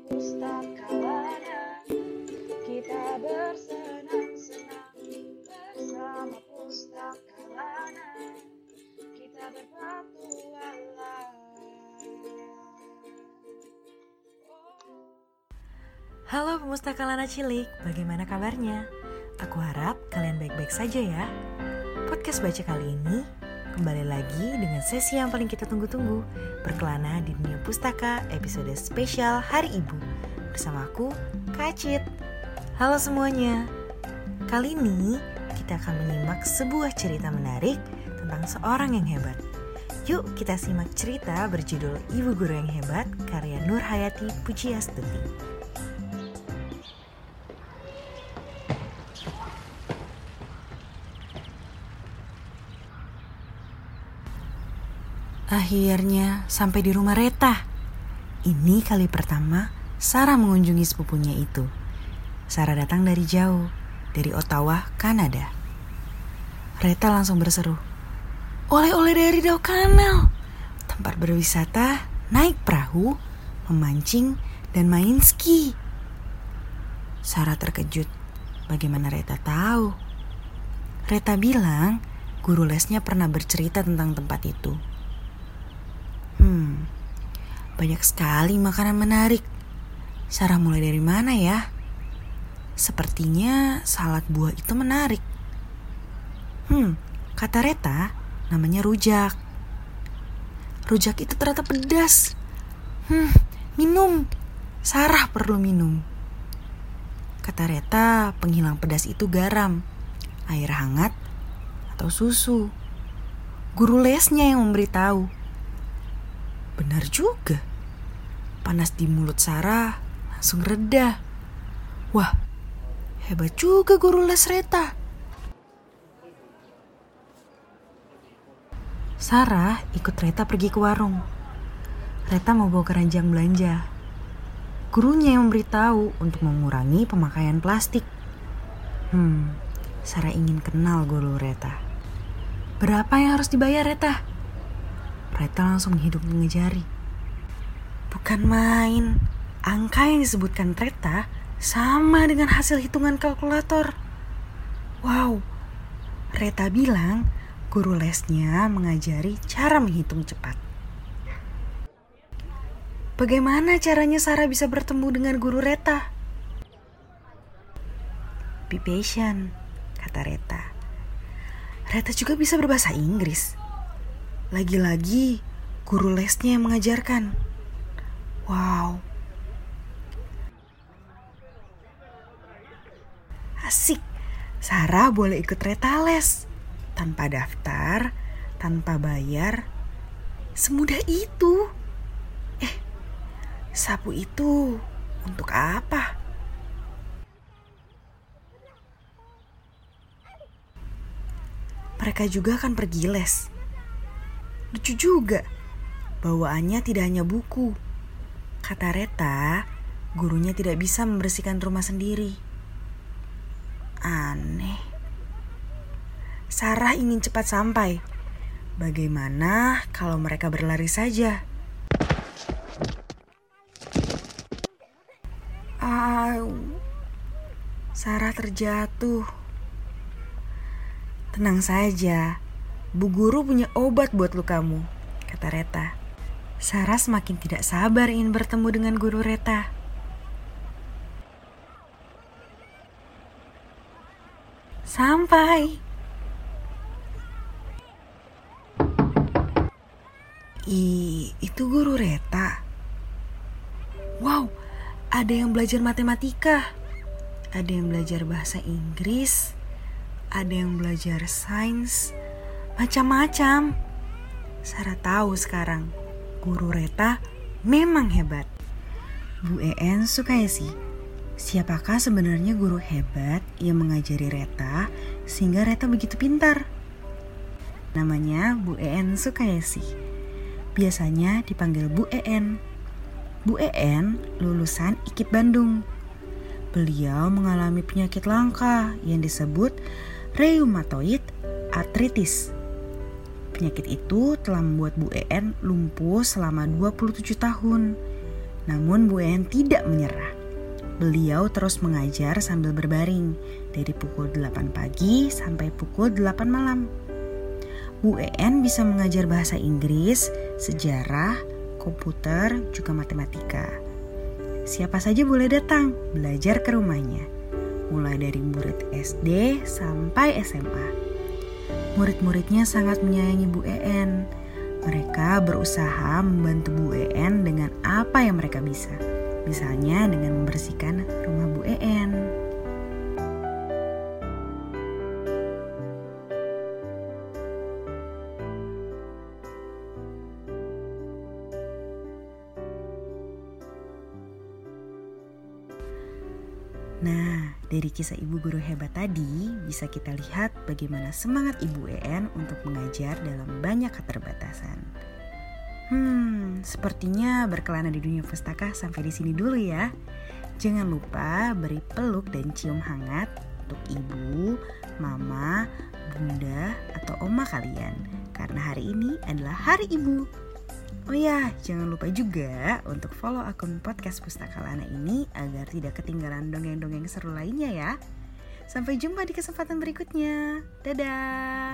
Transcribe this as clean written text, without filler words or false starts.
pustaka lana, kita bersenang-senang bersama pustaka lana, kita berpetualang. Halo Pemustaka Lana Cilik, bagaimana kabarnya? Aku harap kalian baik-baik saja ya. Podcast baca kali ini kembali lagi dengan sesi yang paling kita tunggu-tunggu, berkelana di dunia pustaka episode spesial Hari Ibu bersama aku, Kak Cit. Halo semuanya. Kali ini kita akan menyimak sebuah cerita menarik tentang seorang yang hebat. Yuk kita simak cerita berjudul Ibu Guru yang Hebat karya Nur Hayati Pujiastuti. Akhirnya sampai di rumah Reta. Ini kali pertama Sarah mengunjungi sepupunya itu. Sarah datang dari jauh, dari Ottawa, Kanada. Reta langsung berseru, "Oleh-oleh dari Dau Kanal, tempat berwisata, naik perahu, memancing, dan main ski." Sarah terkejut. Bagaimana Reta tahu? Reta bilang guru lesnya pernah bercerita tentang tempat itu. Banyak sekali makanan menarik. Sarah mulai dari mana ya? Sepertinya salad buah itu menarik. Kata Reta, namanya rujak. Rujak itu ternyata pedas. Minum. Sarah perlu minum. Kata Reta, penghilang pedas itu garam, air hangat, atau susu. Guru lesnya yang memberitahu. Benar juga. Panas di mulut Sarah langsung reda. Wah, hebat juga guru les Reta. Sarah ikut Reta pergi ke warung. Reta mau bawa keranjang belanja. Gurunya yang memberitahu untuk mengurangi pemakaian plastik. Sarah ingin kenal guru Reta. Berapa yang harus dibayar Reta? Reta langsung menghidung jari. Bukan main, angka yang disebutkan Reta sama dengan hasil hitungan kalkulator. Wow, Reta bilang guru lesnya mengajari cara menghitung cepat. Bagaimana caranya Sarah bisa bertemu dengan guru Reta? Be patient, kata Reta. Reta juga bisa berbahasa Inggris. Lagi-lagi guru lesnya yang mengajarkan. Wow. Asik. Sarah boleh ikut Reta les. Tanpa daftar, tanpa bayar. Semudah itu. Sapu itu untuk apa? Mereka juga akan pergi les. Lucu juga, bawaannya tidak hanya buku. Kata Reta, gurunya tidak bisa membersihkan rumah sendiri. Aneh. Sarah ingin cepat sampai. Bagaimana kalau mereka berlari saja? Sarah terjatuh. Tenang saja. Bu guru punya obat buat lukamu, kata Reta. Sarah semakin tidak sabar ingin bertemu dengan guru Reta. Sampai. Itu guru Reta. Wow, ada yang belajar matematika. Ada yang belajar bahasa Inggris. Ada yang belajar sains. Macam-macam. Sarah tahu sekarang, guru Reta memang hebat. Bu En Sukaisi, siapakah sebenarnya guru hebat yang mengajari Reta sehingga Reta begitu pintar? Namanya Bu En Sukaisi. Biasanya dipanggil Bu En. Bu En lulusan IKIP Bandung. Beliau mengalami penyakit langka yang disebut rheumatoid arthritis. Penyakit itu telah membuat Bu En lumpuh selama 27 tahun. Namun Bu En tidak menyerah. Beliau terus mengajar sambil berbaring dari pukul 8 pagi sampai pukul 8 malam. Bu En bisa mengajar bahasa Inggris, sejarah, komputer, juga matematika. Siapa saja boleh datang belajar ke rumahnya, mulai dari murid SD sampai SMA. Murid-muridnya sangat menyayangi Bu En. Mereka berusaha membantu Bu En dengan apa yang mereka bisa. Misalnya dengan membersihkan rumah Bu En. Nah, dari kisah ibu guru hebat tadi bisa kita lihat bagaimana semangat Ibu En untuk mengajar dalam banyak keterbatasan. Sepertinya berkelana di dunia pustaka sampai di sini dulu ya. Jangan lupa beri peluk dan cium hangat untuk ibu, mama, bunda, atau oma kalian. Karena hari ini adalah hari ibu. Oh ya, jangan lupa juga untuk follow akun podcast Pustaka Lana ini agar tidak ketinggalan dongeng-dongeng seru lainnya ya. Sampai jumpa di kesempatan berikutnya. Dadah!